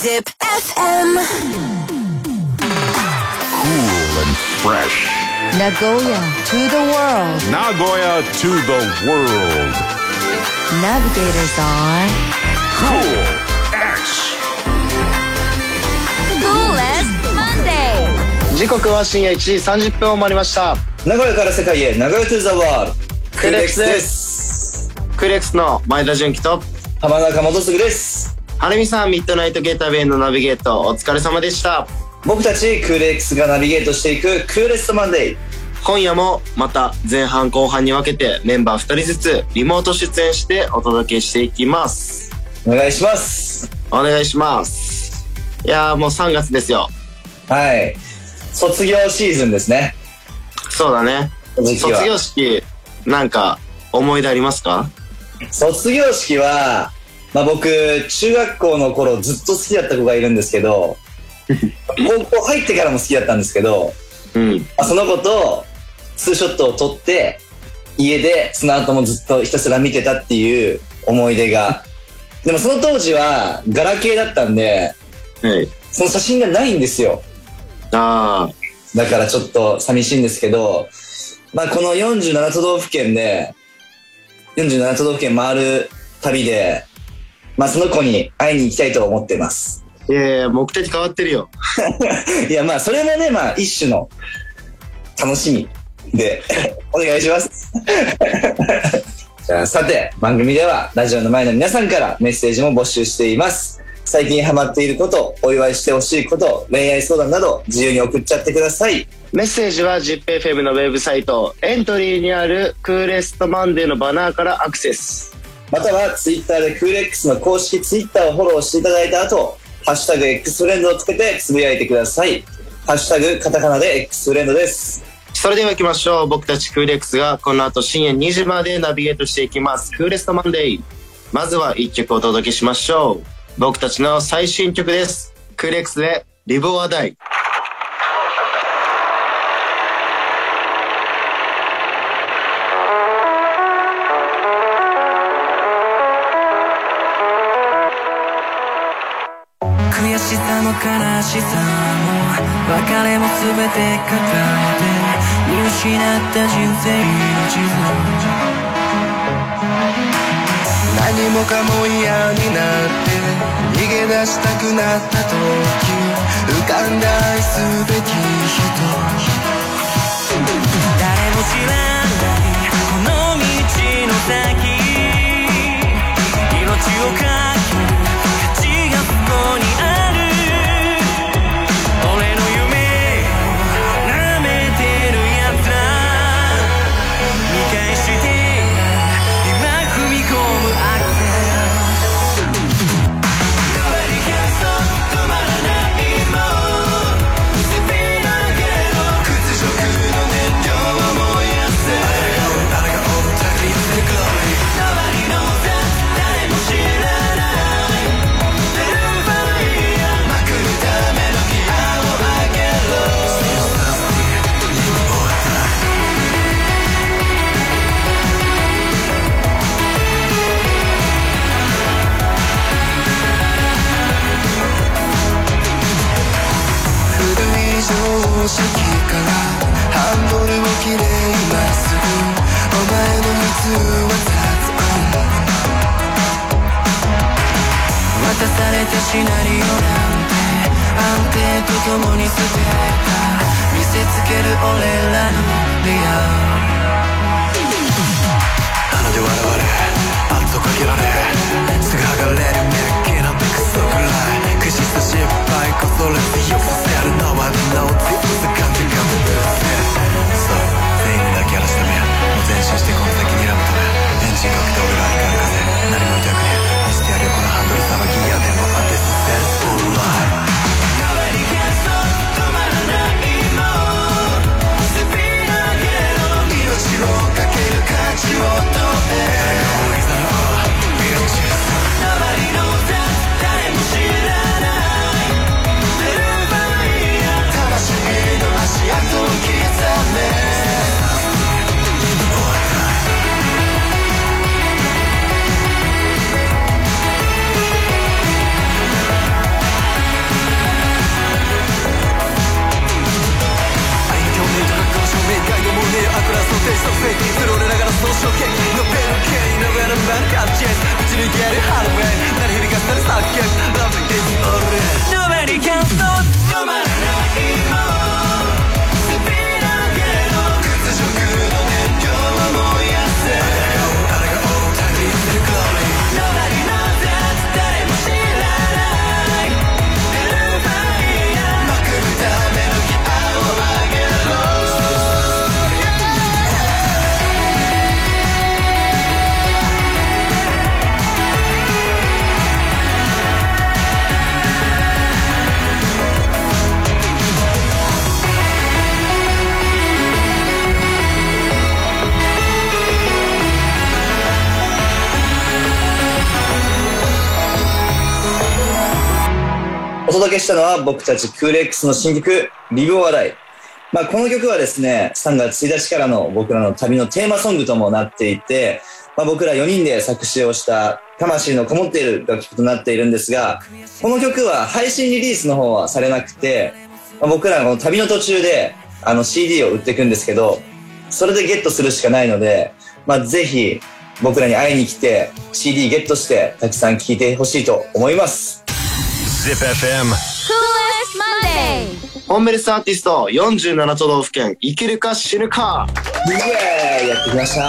Zip FM. Cool and fresh. Nagoya to the world. Nagoya to the world. Navigators on Cool X. Coolest Monday. 時刻は深夜1時30分を回りました。 名古屋から世界へ、名古屋 to the world。 クレックスです。クレックスの前田純喜と浜中元嗣です。 はるみさん、ミッドナイトゲータウェイのナビゲートお疲れ様でした。 僕たちクール X がナビゲートしていくクーレストマンデー。 今夜もまた前半後半に分けてメンバー2人ずつリモート出演してお届けしていきます。 お願いします。 お願いします。いやーもう3月ですよ。 はい、卒業シーズンですね。 そうだね。卒業式なんか思い出ありますか？ 卒業式は、僕中学校の頃ずっと好きだった子がいるんですけど高校入ってからも好きだったんですけど、その子とツーショットを撮って家でその後もずっとひたすら見てたっていう思い出がでもその当時はガラケーだったんで、その写真がないんですよ。だからちょっと寂しいんですけど、この47都道府県で47都道府県回る旅で、その子に会いに行きたいと思ってます。 いやいや、目的変わってるよ。 いや、それもね、一種の楽しみでお願いします。じゃあ、さて、番組ではラジオの前の皆さんからメッセージも募集しています。最近ハマっていること、お祝いしてほしいこと、恋愛相談など自由に送っちゃってください。 メッセージは ZIPFM のウェブサイトエントリーにあるクーレストマンデーのバナーからアクセス、 またはツイッターでクール X の公式ツイッターをフォローしていただいた後、ハッシュタグ X フレンドをつけてつぶやいてください。ハッシュタグカタカナで X フレンドです。 それでは行きましょう。僕たちクール X がこの後深夜2時までナビゲートしていきます。クーレストマンデー、まずは1曲お届けしましょう。僕たちの最新曲です。クール X でリボアダイ。 悔しさも悲しさも別れも全て抱えて見失った人生の地図、何もかも嫌になって逃げ出したくなった時、浮かんだ愛すべき人、誰も知らないこの道の先、命をかける価値がそこにある。俺の夢を舐めてるやつら見返して今踏み込むアクセル、Nobody can stop 止まらないもんスピードだけど屈辱の燃料を燃やす、あれが追うたりする Glory Nobody knows that 誰も知らないベルファイアまくるためのギアを上げろ、古い常識からハンドルを切れ今すぐお前の蜜は雑音、渡されたシナリオなんて安定とともに捨てた、見せつける俺らのリアル、鼻で笑われ圧をかけられすぐ剥がれるメッケなんてクソくらい、駆使した失敗こそれ強くせる Nobody knows it was a country come to this、 そう全員だけやらすためもう前進してこの先にらむためエンジンかけて俺ら光る風、何も痛くねえ見せてやるよこのハンドルさばき、いやでも当てさせるスポールライト、Nobody can stop 止まらないもんスピードだけど命をかける価値を問え、Nobody knows お届けしたのは僕たちクール X の新曲、Live or Die。この曲はですね、3月1日からの僕らの旅のテーマソングともなっていて、僕ら4人で作詞をした魂のこもっている楽曲となっているんですが、この曲は配信リリースの方はされなくて、僕らこの旅の途中でCD を売っていくんですけど、それでゲットするしかないので、ぜひ僕らに会いに来て CD ゲットしてたくさん聴いてほしいと思います。 ZipFM Coolest Monday. ホームレスアーティスト47都道府県生きるか死ぬか。 イエーイ、やってきました。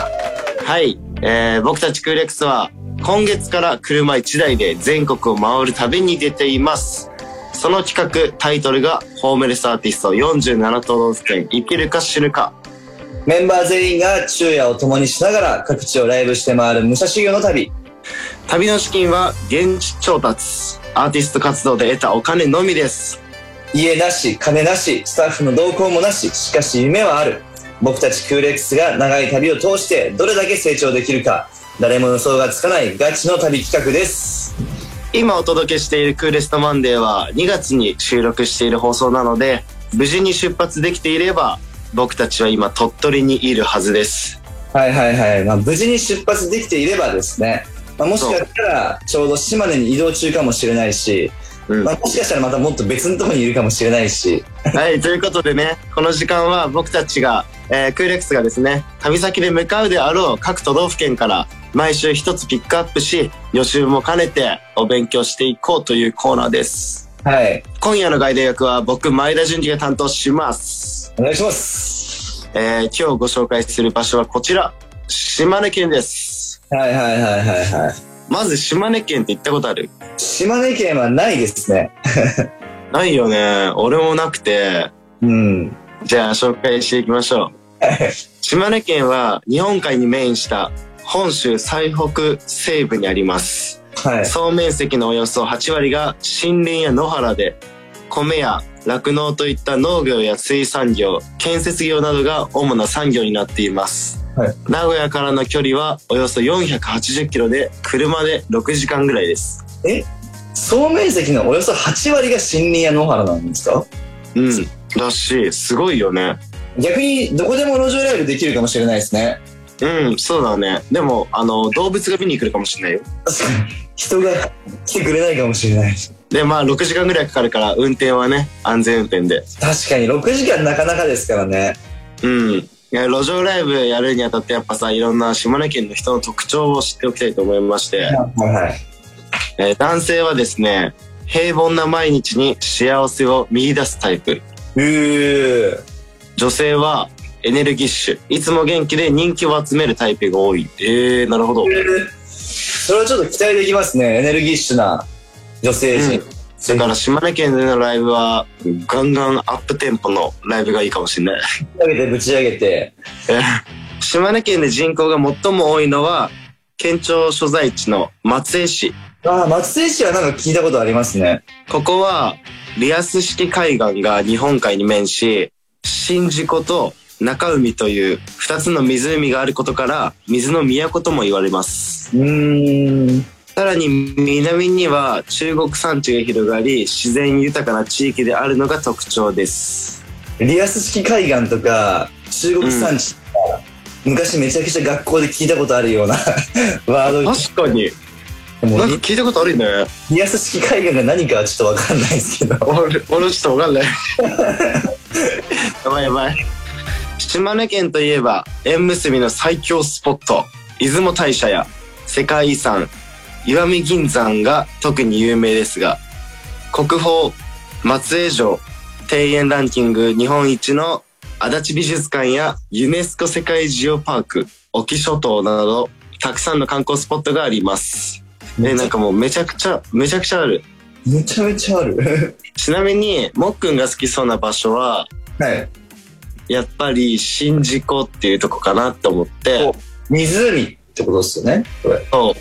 はい、僕たちクール X は今月から車1台で全国を回る旅に出ています。その企画タイトルがホームレスアーティスト47都道府県生きるか死ぬか。 メンバー全員が昼夜を共にしながら各地をライブして回る武者修行の旅。 旅の資金は現地調達、アーティスト活動で得たお金のみです。 家なし、金なし、スタッフの同行もなし、しかし夢はある。僕たちクール X が長い旅を通してどれだけ成長できるか、誰も予想がつかないガチの旅企画です。 今お届けしているクーレストマンデーは2月に収録している放送なので、無事に出発できていれば僕たちは今鳥取にいるはずです。 はいはいはい、無事に出発できていればですね、もしかしたらちょうど島根に移動中かもしれないし、もしかしたらまたもっと別のところにいるかもしれないし。 はい、ということでね、この時間は僕たちが、クール X がですね、旅先で向かうであろう各都道府県から毎週一つピックアップし、予習も兼ねてお勉強していこうというコーナーです。 はい。 今夜のガイド役は僕、前田純二が担当します。 お願いします。 今日ご紹介する場所はこちら、島根県です。 はいはいはいはいはい。 まず島根県って行ったことある？ 島根県はないですね。 ないよね。俺もなくて。じゃあ紹介していきましょう。島根県は日本海に面した本州最北西部にあります。はい、総面積のおよそ8割が森林や野原で、米や酪農といった農業や水産業、建設業などが主な産業になっています。はい、名古屋からの距離はおよそ480キロで、車で6時間ぐらいです。 総面積のおよそ8割が森林や野原なんですか？ らしい。すごいよね。 逆にどこでも路上ライブできるかもしれないですね。 そうだね。でも動物が見に来るかもしれないよ。 人が来てくれないかもしれない。 で6時間ぐらいかかるから、運転はね、安全運転で。確かに6時間なかなかですからね。 路上ライブやるにあたってやっぱさ、いろんな島根県の人の特徴を知っておきたいと思いまして、男性はですね、平凡な毎日に幸せを見出すタイプ。女性はエネルギッシュ、いつも元気で人気を集めるタイプが多い。なるほど。 それはちょっと期待できますね。エネルギッシュな女性陣。 だから島根県でのライブはガンガンアップテンポのライブがいいかもしれない。 ぶち上げて。 島根県で人口が最も多いのは県庁所在地の松江市。 松江市はなんか聞いたことありますね。 ここはリアス式海岸が日本海に面し、宍道湖と中海という2つの湖があることから水の都とも言われます。さらに南には中国山地が広がり、自然豊かな地域であるのが特徴です。 リアス式海岸とか中国山地とか、昔めちゃくちゃ学校で聞いたことあるようなワード。 確かになんか聞いたことあるね。 リアス式海岸が何かはちょっと分かんないですけど。 俺ちょっと分かんない。やばいやばい。島根県といえば縁結びの最強スポット、出雲大社や世界遺産石見銀山が特に有名ですが、国宝松江城、庭園ランキング日本一の足立美術館やユネスコ世界ジオパーク、沖諸島などたくさんの観光スポットがあります。なんかもうめちゃくちゃある。 めちゃめちゃある。 ちなみにもっくんが好きそうな場所は、やっぱり宍道湖っていうとこかなって思って。 湖ってことですよね、これ。 そう。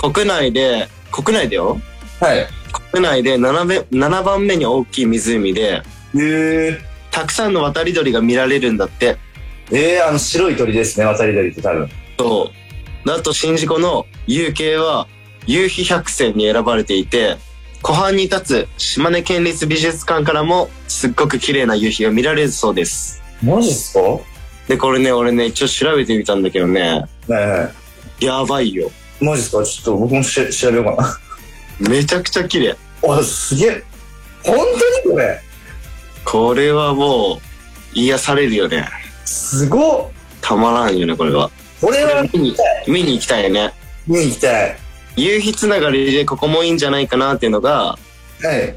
国内でよ。国内で7番目に大きい湖で、たくさんの渡り鳥が見られるんだって。 白い鳥ですね、渡り鳥って多分。 そう。あと宍道湖の夕景は夕日百選に選ばれていて、 湖畔に立つ島根県立美術館からもすっごく綺麗な夕日が見られるそうです。 マジっすか？ で、これね、俺ね、一応調べてみたんだけどね。 はいはい。 やばいよ。 マジっすか？ちょっと僕も調べようかな。めちゃくちゃ綺麗。 あ、すげえ。本当にこれ？ これはもう、癒されるよね。 すごっ。 たまらんよね、これは。 これは見に行きたいよね。 見に行きたい。 夕日つながりでここもいいんじゃないかなっていうのが、 はい。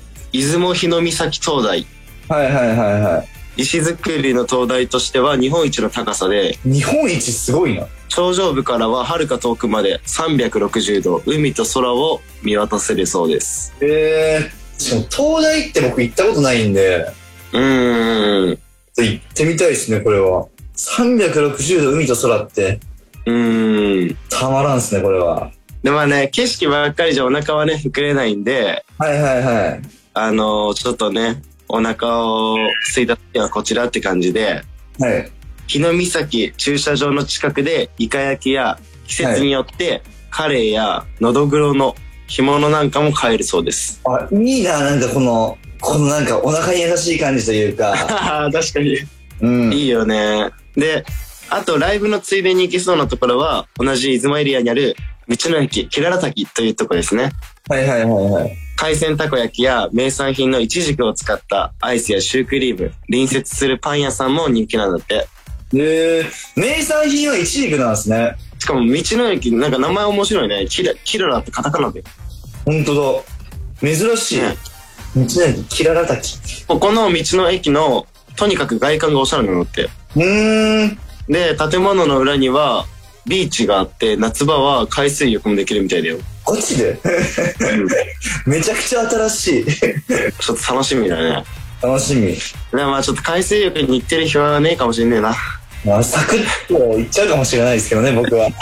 出雲日の岬灯台。 はいはいはいはい。 石造りの灯台としては日本一の高さで、 日本一すごいな。 頂上部からは遥か遠くまで360度海と空を見渡せるそうです。 しかも灯台って僕行ったことないんで、行ってみたいですね、これは。360度海と空って、たまらんですね、これは。 で、まあね、景色ばっかりじゃお腹はね、膨れないんで、 はいはいはい。 ちょっとね、お腹を空いた時はこちらって感じで、 はい。 日の岬駐車場の近くでイカ焼きや季節によってカレーやのどぐろの干物なんかも買えるそうです。 あ、いいな、なんかこのなんかお腹に優しい感じというか。 確かに。いいよね。で、あとライブのついでに行けそうなところは同じ出雲エリアにある道の駅キララ滝というところですね。 はいはいはいはい。 海鮮たこ焼きや名産品のイチジクを使ったアイスやシュークリーム、隣接するパン屋さんも人気なんだって。 名産品はイチジクなんですね。 しかも道の駅、なんか名前面白いね。キララってカタカナで。 ほんとだ。珍しい。ね、道の駅キララ滝。 ここの道の駅のとにかく外観がおしゃれなのって。で、建物の裏にはビーチがあって、夏場は海水浴もできるみたいだよ。 ガチで、めちゃくちゃ新しい。 ちょっと楽しみだね。 楽しみ。 でもまあちょっと海水浴に行ってる暇はねえかもしれねえな。 まあ、サクッと行っちゃうかもしれないですけどね、僕は。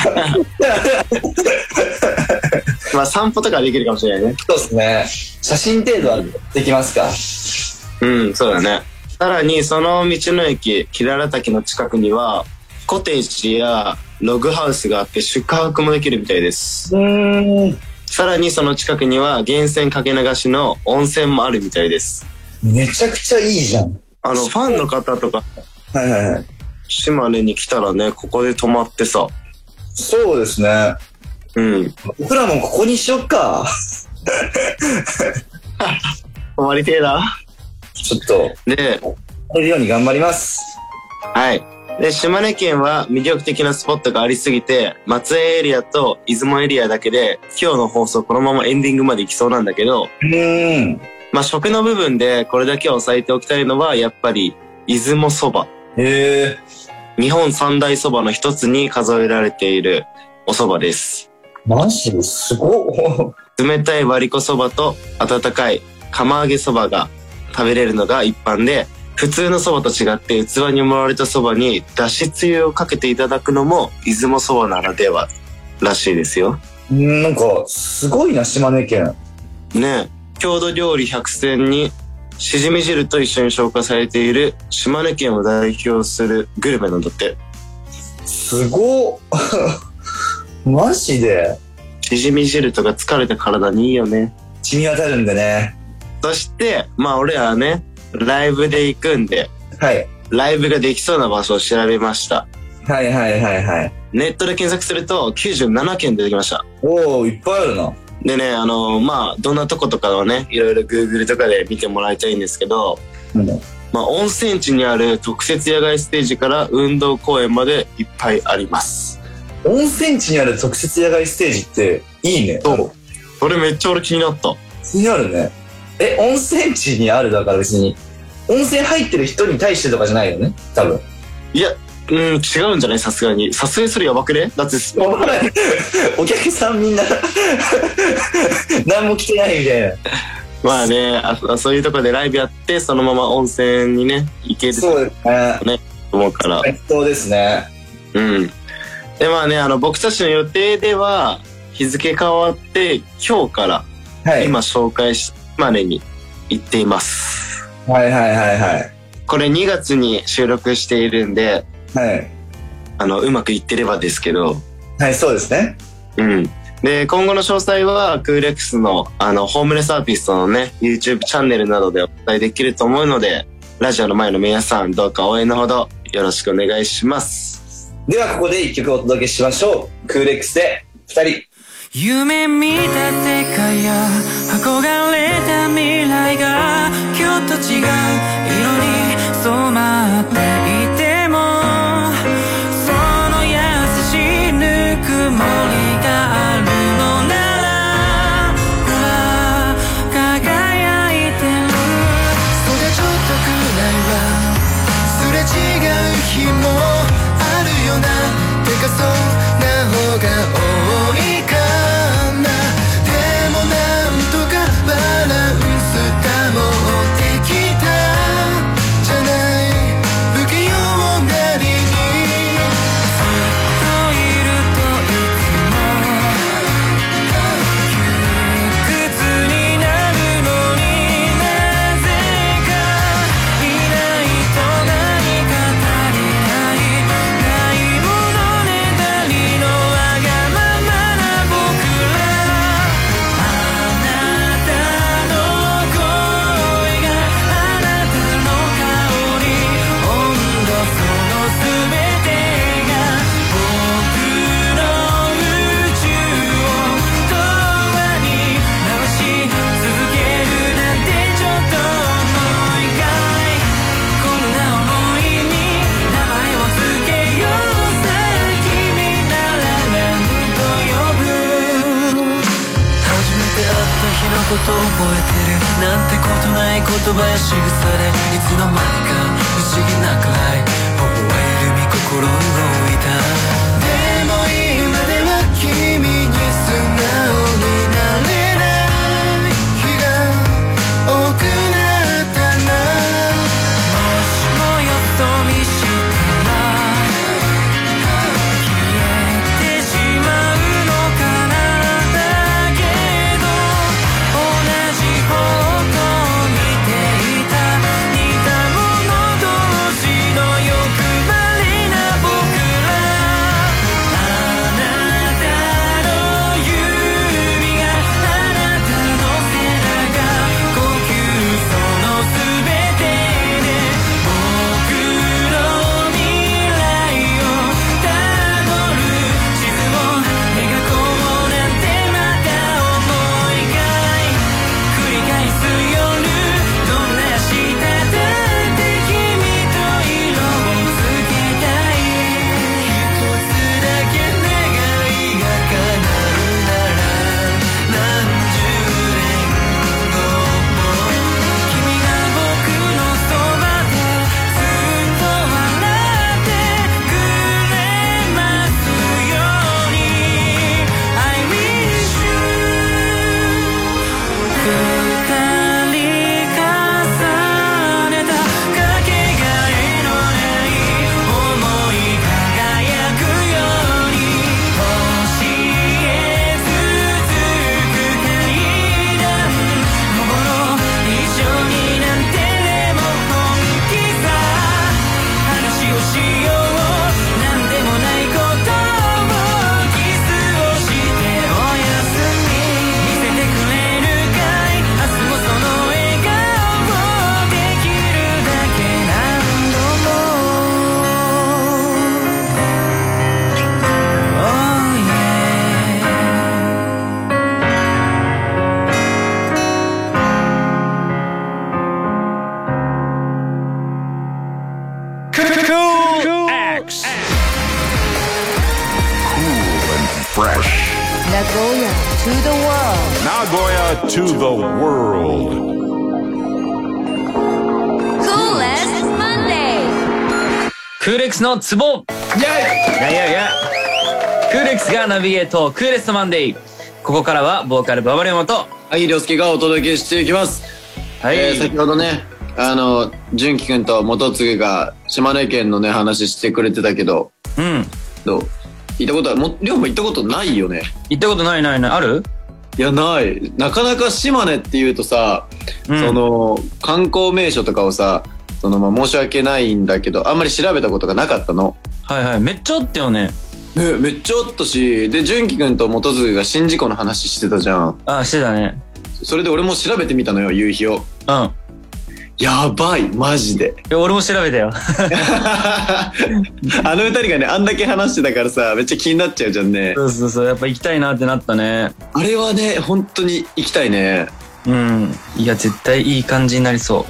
まあ散歩とかできるかもしれないね。 そうですね。写真程度はできますか？ そうだね。さらにその道の駅キララ滝の近くにはコテージやログハウスがあって宿泊もできるみたいです。さらにその近くには源泉かけ流しの温泉もあるみたいです。 めちゃくちゃいいじゃん。 ファンの方とか、 はいはいはい。 島根に来たらね、ここで泊まってさ。 そうですね。僕らもここにしよっか。 泊まりてえな。 ちょっと。で、やるように頑張ります。 はい。で、島根県は魅力的なスポットがありすぎて、松江エリアと出雲エリアだけで、今日の放送このままエンディングまで行きそうなんだけど、まあ食の部分でこれだけ押さえておきたいのは、やっぱり出雲そば。日本三大そばの一つに数えられているお蕎麦です。 マジですごっ。 冷たい割り子そばと温かい釜揚げそばが食べれるのが一般で、普通のそばと違って器に盛られたそばにだしつゆをかけていただくのも出雲そばならではらしいですよ。 なんかすごいな、島根県ね。郷土料理100選にしじみ汁と一緒に紹介されている島根県を代表するグルメなんだって。 すごっ。マジで。 しじみ汁とか疲れた体にいいよね。 染み渡るんでね。 そしてまあ俺らはね、ライブで行くんで、はい、ライブができそうな場所を調べました。 はいはいはいはい。 ネットで検索すると97件出てきました。 おー、いっぱいあるな。 でね、まあどんなとことかをね、いろいろ Google とかで見てもらいたいんですけど、まあ温泉地にある特設野外ステージから運動公園までいっぱいあります。 温泉地にある特設野外ステージっていいね。 そう。それめっちゃ俺気になった。 気になるね。温泉地にあるだから別に温泉入ってる人に対してとかじゃないよね、多分。いや、 違うんじゃない？さすがに。さすがにそれやばくね？だってお客さんみんな何も来てないみたいな。 まあね、そういうとこでライブやってそのまま温泉にね行ける。 そうですね。 思うから。 そうですね。 でまあね、僕たちの予定では日付変わって今日から今紹介したまでに行っています。はいはいはいはい。これ2月に収録しているんで、はい。うまくいってればですけど。 はい、そうですね。 で、今後の詳細はクーレックスのホームレスアーティストのね、YouTube チャンネルなどでお伝えできると思うので、ラジオの前の皆さん、どうか応援のほどよろしくお願いします。 ではここで一曲お届けしましょう。クーレックスで2人。 夢見た世界や憧れた未来が今日と違う色に染まっていても、その優しいぬくもりがあるのなら、ほら輝いてる。それちょっとくらいはすれ違う日もあるよな。てかそんな方が多いかな。でもなんとかバランス保ってきたじゃない。不器用なりにずっといるといつも窮屈になるのに、なぜかいないと何か足りない。ないものねだりのわがままな僕ら。あなたの声があなたの香り、温度その全てが僕の宇宙を永遠に回し続けるなんてちょっと思いがい。こんな想いに名前をつけようさ。君なら何と呼ぶ。初めて会った日のこと覚えてるなんてことない言葉や仕草で、いつの間にか不思議なくらい微笑み心動いた。でも今では君に素直になれない日が多くなったな。もしもよそ見したら消えてしまうのかな。だけど同じ方向を見ていた。似た者同士の欲張りな僕ら。あなたの指があなたの背中、呼吸その全てで僕の未来をたどる地図を描こうなんてまた思いがい。繰り返す夜、どんな明日だって君と色をつけたい。一つだけ願いが叶うなら、何十年後も君が僕のそばでずっと笑ってくれますように。I wish you 二人重ねたかけがえのない想い輝くように、教え続く階段登ろう一緒になんて。でも本気さ話をしよう。なんでもないことをキスをしておやすみ。見せてくれるかい明日もその笑顔を。できるだけ何度も Oh yeah。 Cool X. Fresh. Nagoya to the world. Nagoya to the world. Coolest Monday. クーレックスのツボ。イェイクーレックスがナビゲートクーレストマンデー。ここからはボーカルババレモと、 はい、りょうすけがお届けしていきます。 はい、 先ほどね、純喜くんと元次が島根県のね、話してくれてたけど、どう行ったことは、りょうも行ったことないよね。 行ったことない。ある？ いや、ない。なかなか島根っていうとさ、その、観光名所とかをさ、申し訳ないんだけど、あんまり調べたことがなかったの。 はいはい、めっちゃあったよね。 ね、めっちゃあったし、で、純喜くんと元次が宍道湖の話してたじゃん。 あ、してたね。 それで俺も調べてみたのよ、夕日を。 うん。 やばい、マジで。 いや、俺も調べたよ。 あの二人がね、あんだけ話してたからさ、めっちゃ気になっちゃうじゃんね。 そうそうそう、やっぱ行きたいなってなったね。 あれはね、本当に行きたいね。 うん。いや、絶対いい感じになりそう。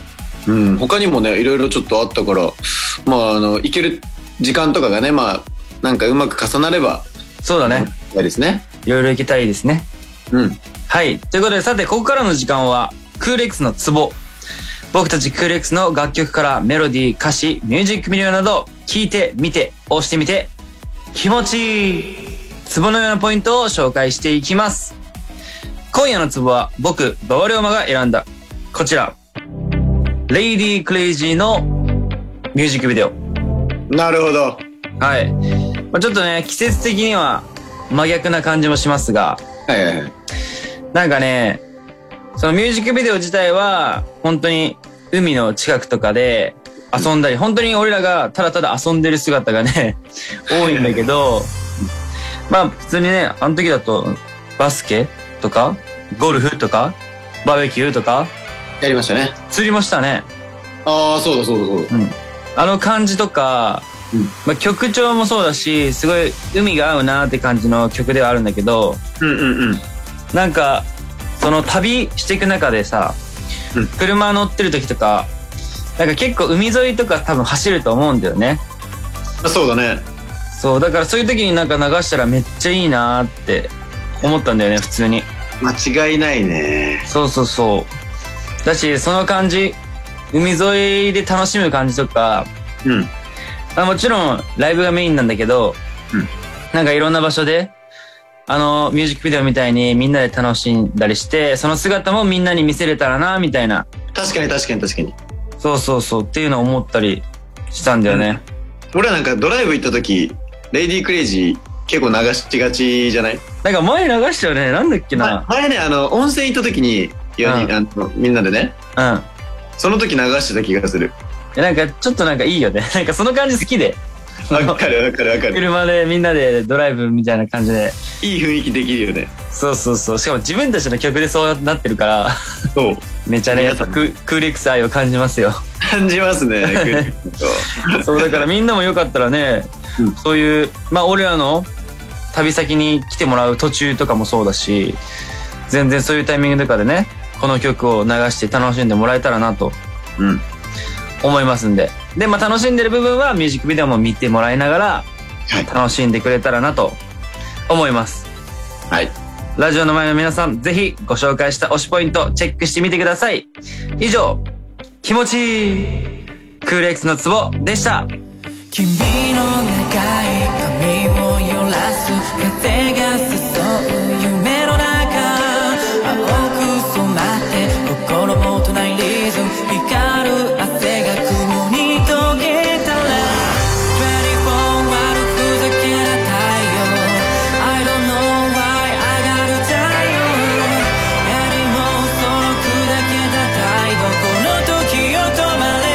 うん。他にもね、いろいろちょっとあったから、まあ、行ける時間とかがね、まあ、なんかうまく重なれば。 そうだね。 いいですね。 いろいろ行きたいですね。 うん。 はい。ということで、さて、ここからの時間は、クール X のツボ。僕たちクール X の楽曲からメロディー、歌詞、ミュージックビデオなど、聞いて、見て、押してみて、気持ちいいツボのようなポイントを紹介していきます。今夜のツボは、僕、馬場龍馬が選んだ、こちら。レイディークレイジーのミュージックビデオ。 なるほど。 はい。まあ、ちょっとね、季節的には真逆な感じもしますが、 はいはいはい。 なんかね、そのミュージックビデオ自体は、本当に海の近くとかで遊んだり、本当に俺らがただただ遊んでる姿がね、多いんだけど、まあ普通にね、あの時だとバスケとか、ゴルフとか、バーベキューとか、 やりましたね。 釣りもしたね。 ああ、そうだそうだそうだ。 うん。あの感じとか、まあ、曲調もそうだし、すごい海が合うなって感じの曲ではあるんだけど、なんか、その旅していく中でさ、車乗ってる時とか、なんか結構海沿いとか多分走ると思うんだよね。 そうだね。 そう、だからそういう時になんか流したらめっちゃいいなって思ったんだよね、普通に。 間違いないね。 そうそうそう。だし、その感じ、海沿いで楽しむ感じとか、もちろんライブがメインなんだけど、なんかいろんな場所で、ミュージックビデオみたいにみんなで楽しんだりして、その姿もみんなに見せれたらな、みたいな。 確かに確かに確かに。 そうそうそうっていうのを思ったりしたんだよね。 俺はなんかドライブ行った時、レイディークレイジー結構流しがちじゃない？ なんか前流したよね。なんだっけな。 前ね、温泉行った時に、みんなでね。 うん。 その時流してた気がする。 なんかちょっとなんかいいよね。なんかその感じ好きで。 わかるわかるわかる。 車でみんなでドライブみたいな感じで。 いい雰囲気できるよね。 そうそうそう。しかも自分たちの曲でそうなってるから。 そう。 めちゃね、やっぱクール X 愛を感じますよ。 感じますね。 そうだからみんなもよかったらね、そういう、まあ俺らの旅先に来てもらう途中とかもそうだし、全然そういうタイミングとかでね、この曲を流して楽しんでもらえたらなと。思いますんで。で、まあ楽しんでる部分はミュージックビデオも見てもらいながら、楽しんでくれたらなと思います。 はい。 ラジオの前の皆さん、ぜひご紹介した推しポイントチェックしてみてください。以上、気持ちいいクール X のツボでした。 君の長い髪を揺らす風が誘う夢の中、青く染まって心もとないリズム、光る汗が雲に溶けたら24割るふざけな太陽 I don't know why 上がる太陽よりもその砕けた態度、この時を止まれ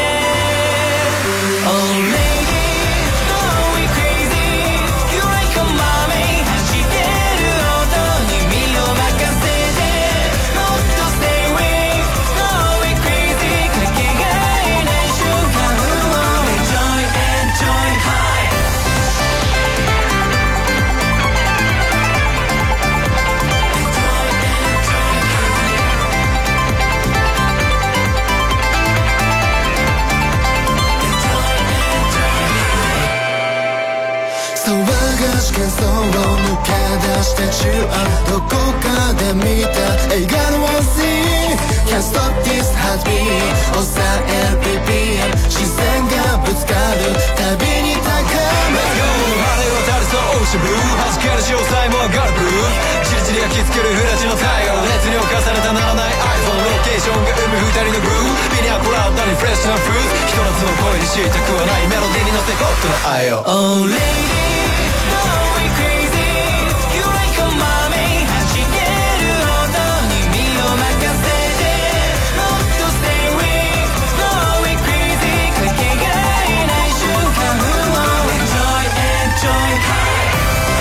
Oh lady going crazy You like a mommy 走ってる音に身を任せてもっと stay with going crazy かけがえない瞬間を Enjoy enjoy high 騒がし喧騒を抜け出して中央どこかで見た映画のワンシーン Can't stop this heartbeat 抑える BPM 視線がぶつかるたびに高める晴れ渡るそうオーシャンブルー弾ける詳細も上がるブルーチリチリ焼き付けるフラチの太陽熱に侵されたならない iPhone ロケーションが生む二人のグルービニャコラウダにフレッシュなフルーツひと夏の声にしたくはないメロディーに乗せゴッドの愛を Oh lady going crazy You like a mommy 走ってる音に身を任せてもっと stay with going crazy かけがえない瞬間を Enjoy enjoy high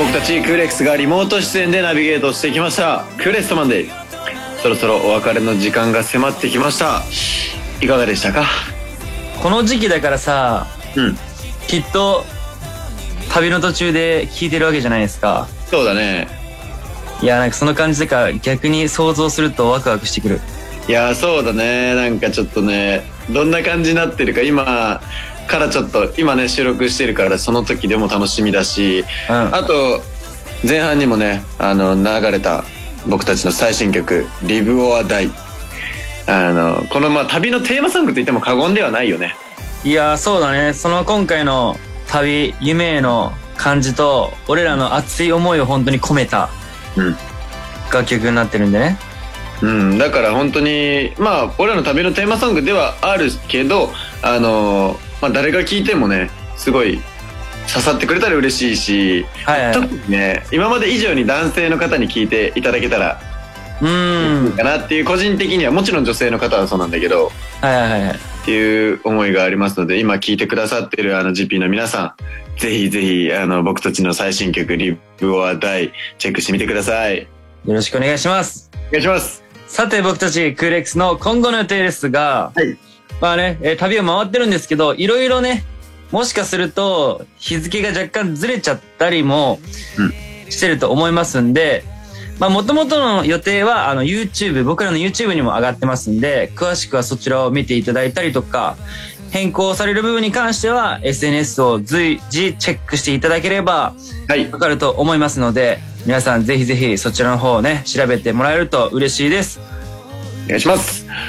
僕たちクーレックスがリモート出演でナビゲートしてきましたクーレストマンデー。そろそろお別れの時間が迫ってきました。いかがでしたか？ この時期だからさ、きっと旅の途中で聞いてるわけじゃないですか。 そうだね。 いや、なんかその感じだから逆に想像するとワクワクしてくる。 いや、そうだね。なんかちょっとね、どんな感じになってるか今からちょっと、今ね収録してるからその時でも楽しみだし、あと前半にもね流れた僕たちの最新曲「Live or Die」、この旅のテーマソングと言っても過言ではないよね。 いや、そうだね。その今回の旅、夢への感じと俺らの熱い思いを本当に込めた楽曲になってるんでね。 だから本当に俺らの旅のテーマソングではあるけど、誰が聴いてもねすごい刺さってくれたら嬉しいし、特にね今まで以上に男性の方に聴いていただけたらいいかなっていう、個人的にはもちろん女性の方はそうなんだけど、っていう思いがありますので、今聴いてくださってるGP の皆さん、ぜひぜひ僕たちの最新曲「Live or Die」チェックしてみてください。 よろしくお願いします。 お願いします。 さて僕たちクーレックスの今後の予定ですが、旅を回ってるんですけど、いろいろね、もしかすると日付が若干ずれちゃったりもしてると思いますんで、もともとの予定はYouTube、僕らの YouTube にも上がってますんで、詳しくはそちらを見ていただいたりとか、変更される部分に関しては SNS を随時チェックしていただければわかると思いますので、皆さんぜひぜひそちらの方をね調べてもらえると嬉しいです。 お願いします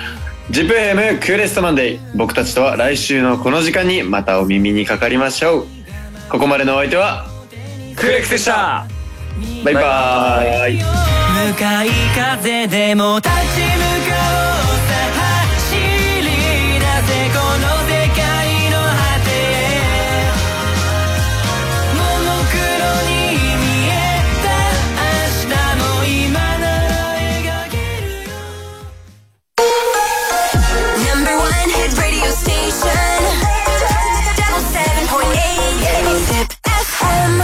。ZIPFM クーレストマンデー。僕たちとは来週のこの時間にまたお耳にかかりましょう。ここまでのお相手はクーレックスでした。 バイバーイ。 向かい風でも立ち向かおうさ、走り出せこの世界の果てへ。モノクロに見えた明日も今なら描けるよ。 No.1 hit radio station 7.8 ZIPFM。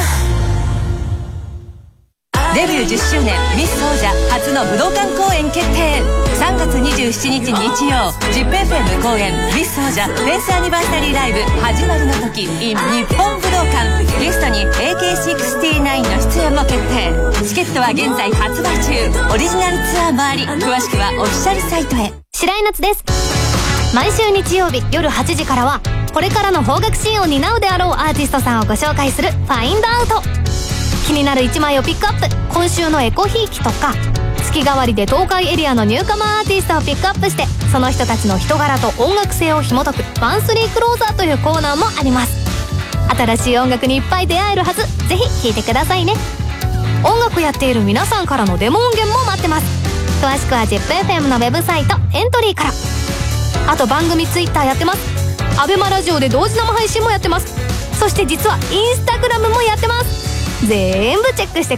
デビュー10周年ミス王者初の武道館公演決定。3月27日日曜 ZIPFM 公演ミス王者フェイスアニバーサリーライブ始まりの時 in 日本武道館。ゲストに AK69 の出演も決定。チケットは現在発売中。オリジナルツアーもあり、詳しくはオフィシャルサイトへ。 白井夏です。毎週日曜日夜8時からはこれからの邦楽シーンを担うであろうアーティストさんをご紹介するファインドアウト。気になる1枚をピックアップ。今週のエコひいきとか、月替わりで東海エリアのニューカマーアーティストをピックアップして、その人たちの人柄と音楽性を紐解くマンスリークローザーというコーナーもあります。新しい音楽にいっぱい出会えるはず。ぜひ聴いてくださいね。音楽やっている皆さんからのデモ音源も待ってます。詳しくは ZIPFM のウェブサイトエントリーから。あと番組 Twitter やってます。アベマラジオで同時生配信もやってます。そして実はインスタグラムもやってます。全部チェックして